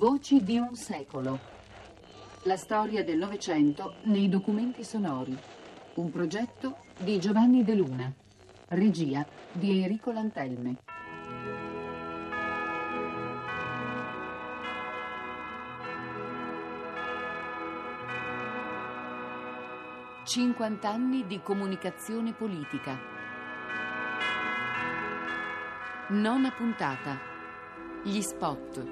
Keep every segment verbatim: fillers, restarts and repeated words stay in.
Voci di un secolo. La storia del Novecento nei documenti sonori. Un progetto di Giovanni De Luna. Regia di Enrico Lantelme. cinquant'anni di comunicazione politica. Nona puntata. Gli spot.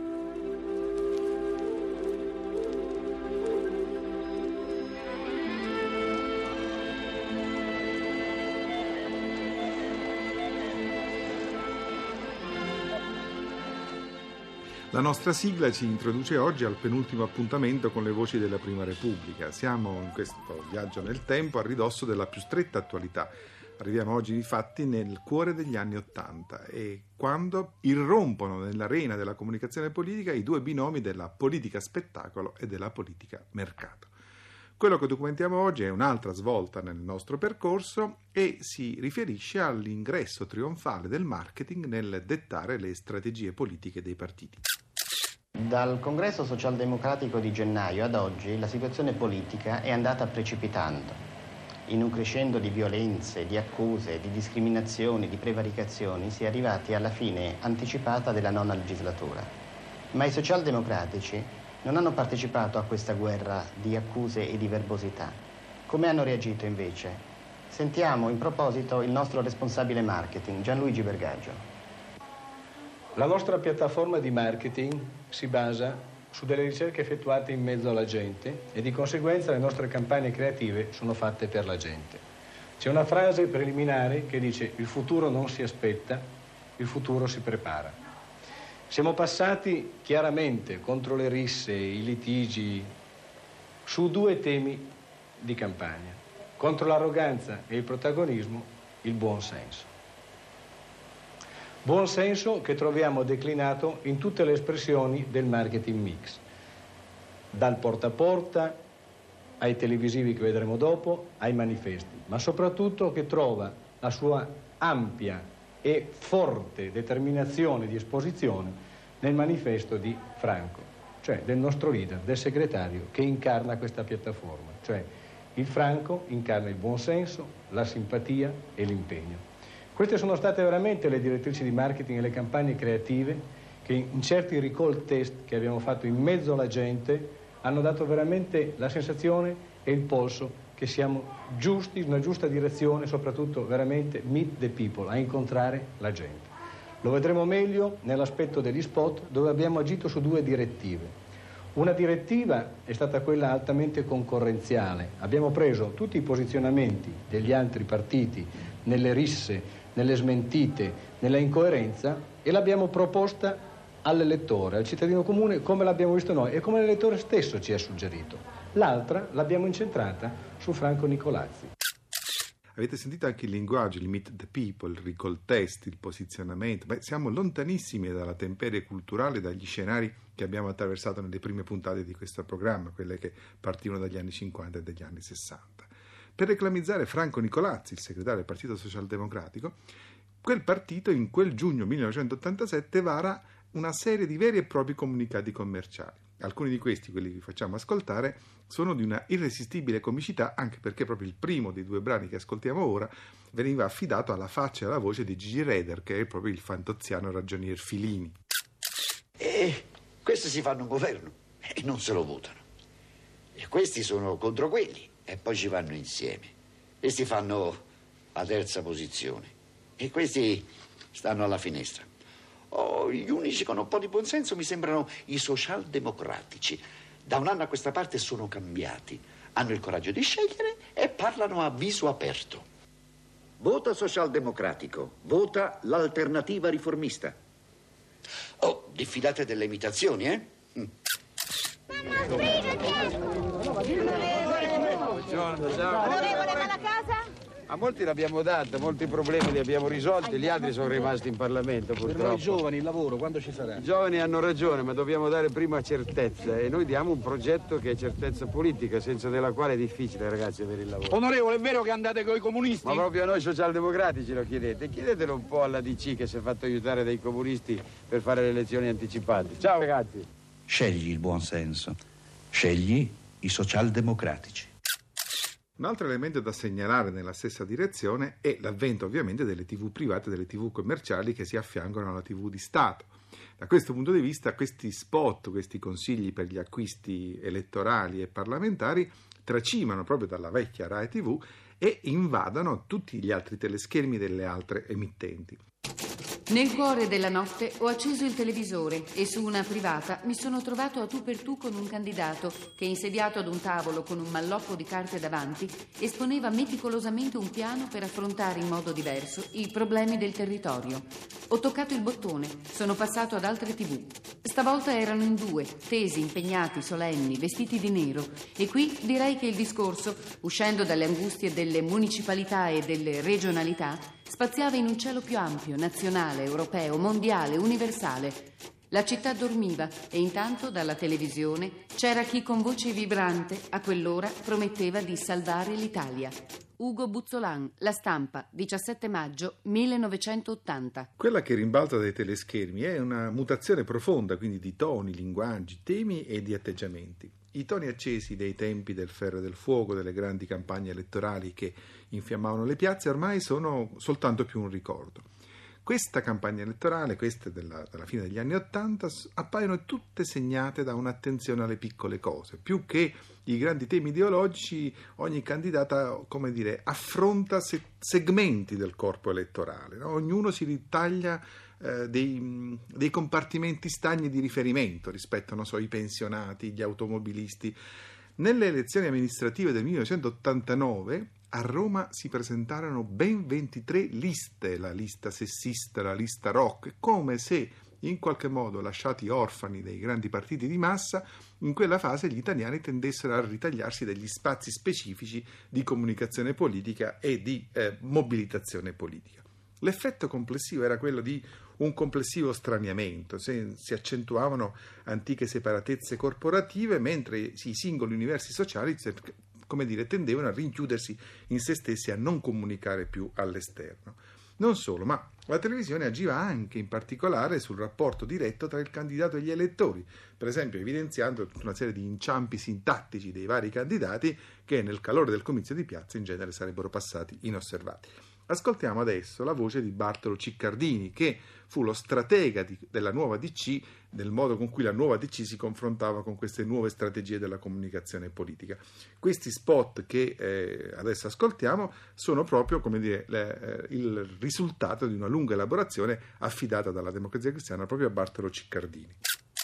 La nostra sigla ci introduce oggi al penultimo appuntamento con le voci della Prima Repubblica. Siamo in questo viaggio nel tempo a ridosso della più stretta attualità. Arriviamo oggi infatti nel cuore degli anni Ottanta e quando irrompono nell'arena della comunicazione politica i due binomi della politica spettacolo e della politica mercato. Quello che documentiamo oggi è un'altra svolta nel nostro percorso e si riferisce all'ingresso trionfale del marketing nel dettare le strategie politiche dei partiti. Dal congresso socialdemocratico di gennaio ad oggi la situazione politica è andata precipitando. In un crescendo di violenze, di accuse, di discriminazioni, di prevaricazioni si è arrivati alla fine anticipata della nona legislatura. Ma i socialdemocratici non hanno partecipato a questa guerra di accuse e di verbosità. Come hanno reagito invece? Sentiamo in proposito il nostro responsabile marketing, Gianluigi Bergaggio. La nostra piattaforma di marketing si basa su delle ricerche effettuate in mezzo alla gente e di conseguenza le nostre campagne creative sono fatte per la gente. C'è una frase preliminare che dice: il futuro non si aspetta, il futuro si prepara. Siamo passati chiaramente contro le risse, i litigi, su due temi di campagna: contro l'arroganza e il protagonismo, il buon senso. Buon senso che troviamo declinato in tutte le espressioni del marketing mix, dal porta a porta ai televisivi che vedremo dopo, ai manifesti, ma soprattutto che trova la sua ampia e forte determinazione di esposizione nel manifesto di Franco, cioè del nostro leader, del segretario che incarna questa piattaforma, cioè il Franco incarna il buon senso, la simpatia e l'impegno. Queste sono state veramente le direttrici di marketing e le campagne creative che in certi recall test che abbiamo fatto in mezzo alla gente hanno dato veramente la sensazione e il polso che siamo giusti, in una giusta direzione, soprattutto veramente meet the people, a incontrare la gente. Lo vedremo meglio nell'aspetto degli spot, dove abbiamo agito su due direttive. Una direttiva è stata quella altamente concorrenziale. Abbiamo preso tutti i posizionamenti degli altri partiti nelle risse, nelle smentite, nella incoerenza e l'abbiamo proposta all'elettore, al cittadino comune, come l'abbiamo visto noi e come l'elettore stesso ci ha suggerito. L'altra l'abbiamo incentrata su Franco Nicolazzi. Avete sentito anche il linguaggio, il meet the people, il recall test, il posizionamento. Beh, siamo lontanissimi dalla temperie culturale, dagli scenari che abbiamo attraversato nelle prime puntate di questo programma, quelle che partivano dagli anni cinquanta e dagli anni sessanta. Per reclamizzare Franco Nicolazzi, il segretario del Partito Socialdemocratico, quel partito in quel giugno millenovecentottantasette vara una serie di veri e propri comunicati commerciali. Alcuni di questi, quelli che vi facciamo ascoltare, sono di una irresistibile comicità, anche perché proprio il primo dei due brani che ascoltiamo ora veniva affidato alla faccia e alla voce di Gigi Reder, che è proprio il fantoziano ragionier Filini. E questi si fanno un governo e non se lo votano. E questi sono contro quelli e poi ci vanno insieme. Questi fanno la terza posizione e questi stanno alla finestra. Oh, gli unici con un po' di buonsenso mi sembrano i socialdemocratici. Da un anno a questa parte sono cambiati. Hanno il coraggio di scegliere e parlano a viso aperto. Vota socialdemocratico, vota l'alternativa riformista. Oh, diffidate delle imitazioni, eh? Mm. Buongiorno, ciao. Onorevole Malacasa? A molti l'abbiamo data, molti problemi li abbiamo risolti, gli altri sono rimasti in Parlamento purtroppo. Per noi giovani il lavoro quando ci sarà? I giovani hanno ragione, ma dobbiamo dare prima certezza e noi diamo un progetto che è certezza politica, senza della quale è difficile, ragazzi, avere il lavoro. Onorevole, è vero che andate con i comunisti? Ma proprio a noi socialdemocratici lo chiedete, chiedetelo un po' alla D C che si è fatto aiutare dai comunisti per fare le elezioni anticipate. Ciao ragazzi. scegli il buon senso, scegli i socialdemocratici. Un altro elemento da segnalare nella stessa direzione è l'avvento ovviamente delle tivù private, delle tivù commerciali che si affiancano alla tivù di Stato. Da questo punto di vista questi spot, questi consigli per gli acquisti elettorali e parlamentari tracimano proprio dalla vecchia Rai tivù e invadono tutti gli altri teleschermi delle altre emittenti. Nel cuore della notte ho acceso il televisore e su una privata mi sono trovato a tu per tu con un candidato che, insediato ad un tavolo con un malloppo di carte davanti, esponeva meticolosamente un piano per affrontare in modo diverso i problemi del territorio. Ho toccato il bottone, sono passato ad altre tivù. Stavolta erano in due, tesi, impegnati, solenni, vestiti di nero. E qui direi che il discorso, uscendo dalle angustie delle municipalità e delle regionalità, spaziava in un cielo più ampio, nazionale, europeo, mondiale, universale. La città dormiva e intanto dalla televisione c'era chi con voce vibrante a quell'ora prometteva di salvare l'Italia. Ugo Buzzolan, La Stampa, diciassette maggio millenovecentottanta. Quella che rimbalza dai teleschermi è una mutazione profonda, quindi di toni, linguaggi, temi e di atteggiamenti. I toni accesi dei tempi del ferro e del fuoco, delle grandi campagne elettorali che infiammavano le piazze, ormai sono soltanto più un ricordo. Questa campagna elettorale, queste della, della fine degli anni Ottanta, appaiono tutte segnate da un'attenzione alle piccole cose. Più che i grandi temi ideologici, ogni candidata, come dire, affronta se- segmenti del corpo elettorale, no? Ognuno si ritaglia eh, dei, dei compartimenti stagni di riferimento rispetto, non so, ai pensionati, gli automobilisti. Nelle elezioni amministrative del millenovecentottantanove a Roma si presentarono ben ventitré liste, la lista sessista, la lista rock, come se in qualche modo lasciati orfani dei grandi partiti di massa, in quella fase gli italiani tendessero a ritagliarsi degli spazi specifici di comunicazione politica e di eh, mobilitazione politica. L'effetto complessivo era quello di un complessivo straniamento, se, si accentuavano antiche separatezze corporative, mentre i singoli universi sociali, come dire, tendevano a rinchiudersi in se stessi, a non comunicare più all'esterno. Non solo, ma la televisione agiva anche in particolare sul rapporto diretto tra il candidato e gli elettori, per esempio evidenziando tutta una serie di inciampi sintattici dei vari candidati che nel calore del comizio di piazza in genere sarebbero passati inosservati. Ascoltiamo adesso la voce di Bartolo Ciccardini, che fu lo stratega di, della nuova D C, del modo con cui la nuova D C si confrontava con queste nuove strategie della comunicazione politica. Questi spot che eh, adesso ascoltiamo sono proprio, come dire, le, eh, il risultato di una lunga elaborazione affidata dalla Democrazia Cristiana proprio a Bartolo Ciccardini.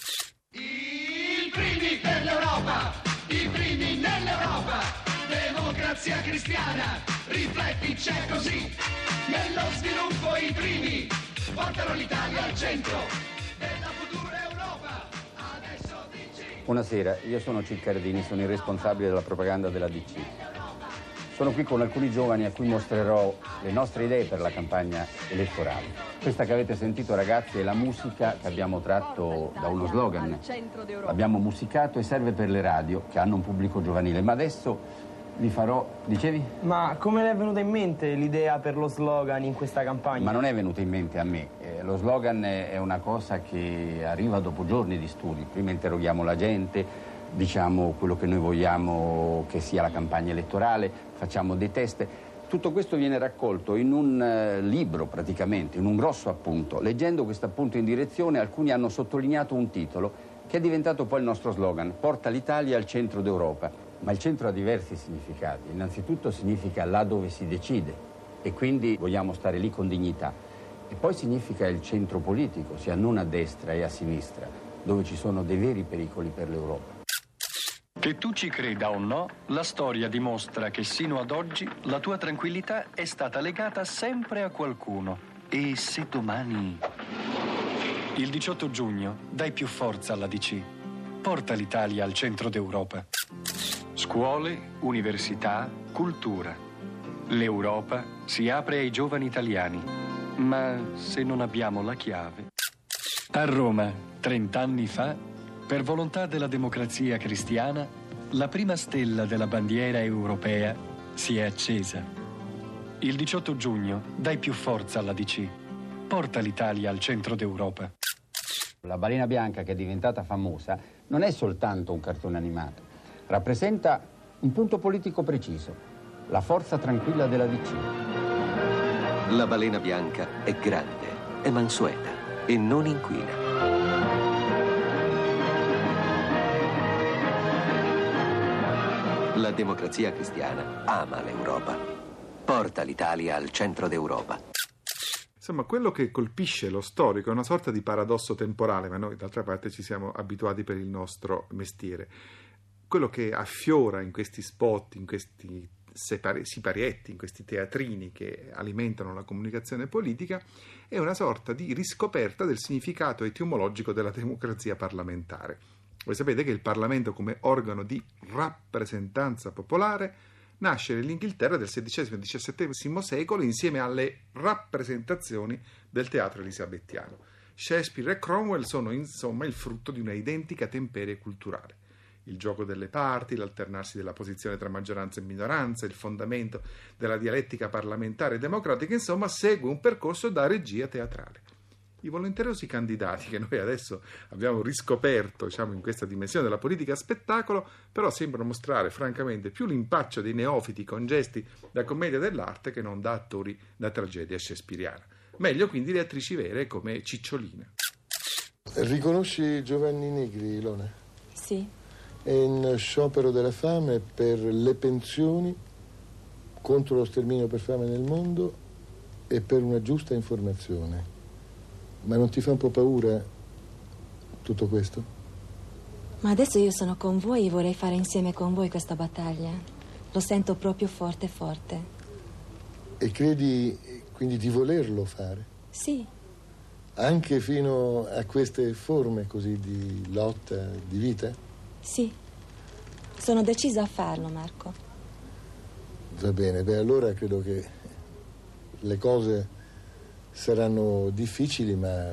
I primi per l'Europa, i primi nell'Europa. Democrazia Cristiana, rifletti, c'è così. Nello sviluppo i primi portano l'Italia al centro della futura Europa. Adesso D C. Buonasera, io sono Ciccardini, sono il responsabile della propaganda della D C. Sono qui con alcuni giovani a cui mostrerò le nostre idee per la campagna elettorale. Questa che avete sentito, ragazzi, è la musica che abbiamo tratto da uno slogan. L'abbiamo musicato e serve per le radio che hanno un pubblico giovanile, ma adesso vi farò... Dicevi? Ma come le è venuta in mente l'idea per lo slogan in questa campagna? Ma non è venuta in mente a me. Eh, lo slogan è una cosa che arriva dopo giorni di studi. Prima interroghiamo la gente, diciamo quello che noi vogliamo che sia la campagna elettorale, facciamo dei test. Tutto questo viene raccolto in un uh, libro praticamente, in un grosso appunto. Leggendo questo appunto in direzione, alcuni hanno sottolineato un titolo che è diventato poi il nostro slogan: porta l'Italia al centro d'Europa. Ma il centro ha diversi significati. Innanzitutto significa là dove si decide e quindi vogliamo stare lì con dignità. E poi significa il centro politico, sia non a destra e a sinistra, dove ci sono dei veri pericoli per l'Europa. Che tu ci creda o no, la storia dimostra che sino ad oggi la tua tranquillità è stata legata sempre a qualcuno. E se domani... Il diciotto giugno dai più forza alla D C. Porta l'Italia al centro d'Europa. Scuole, università, cultura. L'Europa si apre ai giovani italiani. Ma se non abbiamo la chiave... A Roma, trent'anni fa, per volontà della Democrazia Cristiana, la prima stella della bandiera europea si è accesa. Il diciotto giugno dai più forza alla D C. Porta l'Italia al centro d'Europa. La balena bianca, che è diventata famosa, non è soltanto un cartone animato, rappresenta un punto politico preciso, la forza tranquilla della D C. La balena bianca è grande, è mansueta e non inquina. La Democrazia Cristiana ama l'Europa. Porta l'Italia al centro d'Europa. Insomma, quello che colpisce lo storico è una sorta di paradosso temporale, ma noi d'altra parte ci siamo abituati per il nostro mestiere. Quello che affiora in questi spot, in questi separi- siparietti, in questi teatrini che alimentano la comunicazione politica, è una sorta di riscoperta del significato etimologico della democrazia parlamentare. Voi sapete che il Parlamento, come organo di rappresentanza popolare, nasce nell'Inghilterra del sedicesimo e diciassettesimo secolo insieme alle rappresentazioni del teatro elisabettiano. Shakespeare e Cromwell sono insomma il frutto di una identica temperie culturale. Il gioco delle parti, l'alternarsi della posizione tra maggioranza e minoranza, il fondamento della dialettica parlamentare e democratica, insomma, segue un percorso da regia teatrale. I volenterosi candidati che noi adesso abbiamo riscoperto, diciamo, in questa dimensione della politica a spettacolo, però sembrano mostrare francamente più l'impaccio dei neofiti con gesti da commedia dell'arte che non da attori da tragedia shakespeariana. Meglio quindi le attrici vere come Cicciolina. Riconosci Giovanni Negri, Ilona? Sì. È in sciopero della fame per le pensioni, contro lo sterminio per fame nel mondo e per una giusta informazione. Ma non ti fa un po' paura tutto questo? Ma adesso io sono con voi e vorrei fare insieme con voi questa battaglia. Lo sento proprio forte, forte. E credi quindi di volerlo fare? Sì. Anche fino a queste forme così di lotta, di vita? Sì. Sono decisa a farlo, Marco. Va bene, beh, allora credo che le cose saranno difficili, ma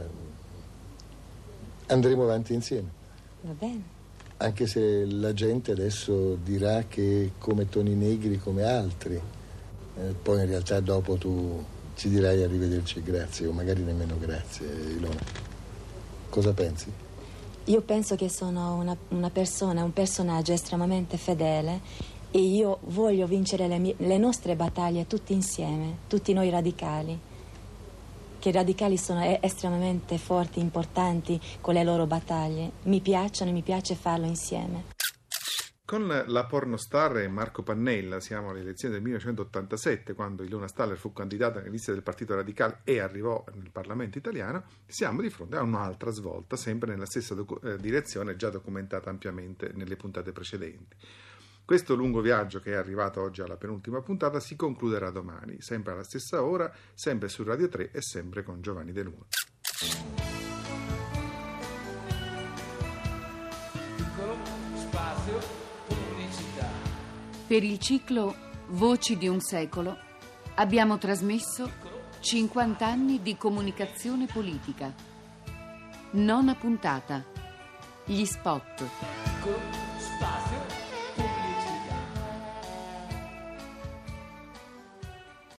andremo avanti insieme. Va bene. Anche se la gente adesso dirà che come Toni Negri, come altri, eh, poi in realtà dopo tu ci dirai arrivederci, grazie, o magari nemmeno grazie, Ilona. Cosa pensi? Io penso che sono una, una persona, un personaggio estremamente fedele e io voglio vincere le, mie, le nostre battaglie tutti insieme, tutti noi radicali. Che i radicali sono estremamente forti, importanti con le loro battaglie. Mi piacciono e mi piace farlo insieme. Con la pornostar Marco Pannella siamo alle elezioni del millenovecentottantasette, quando Ilona Staller fu candidata nelle liste del Partito Radicale e arrivò nel Parlamento italiano. Siamo di fronte a un'altra svolta, sempre nella stessa docu- eh, direzione già documentata ampiamente nelle puntate precedenti. Questo lungo viaggio, che è arrivato oggi alla penultima puntata, si concluderà domani, sempre alla stessa ora, sempre su Radio tre e sempre con Giovanni De Luna. Piccolo spazio pubblicità. Per il ciclo Voci di un secolo abbiamo trasmesso cinquanta anni di comunicazione politica. Nona puntata. Gli spot. Piccolo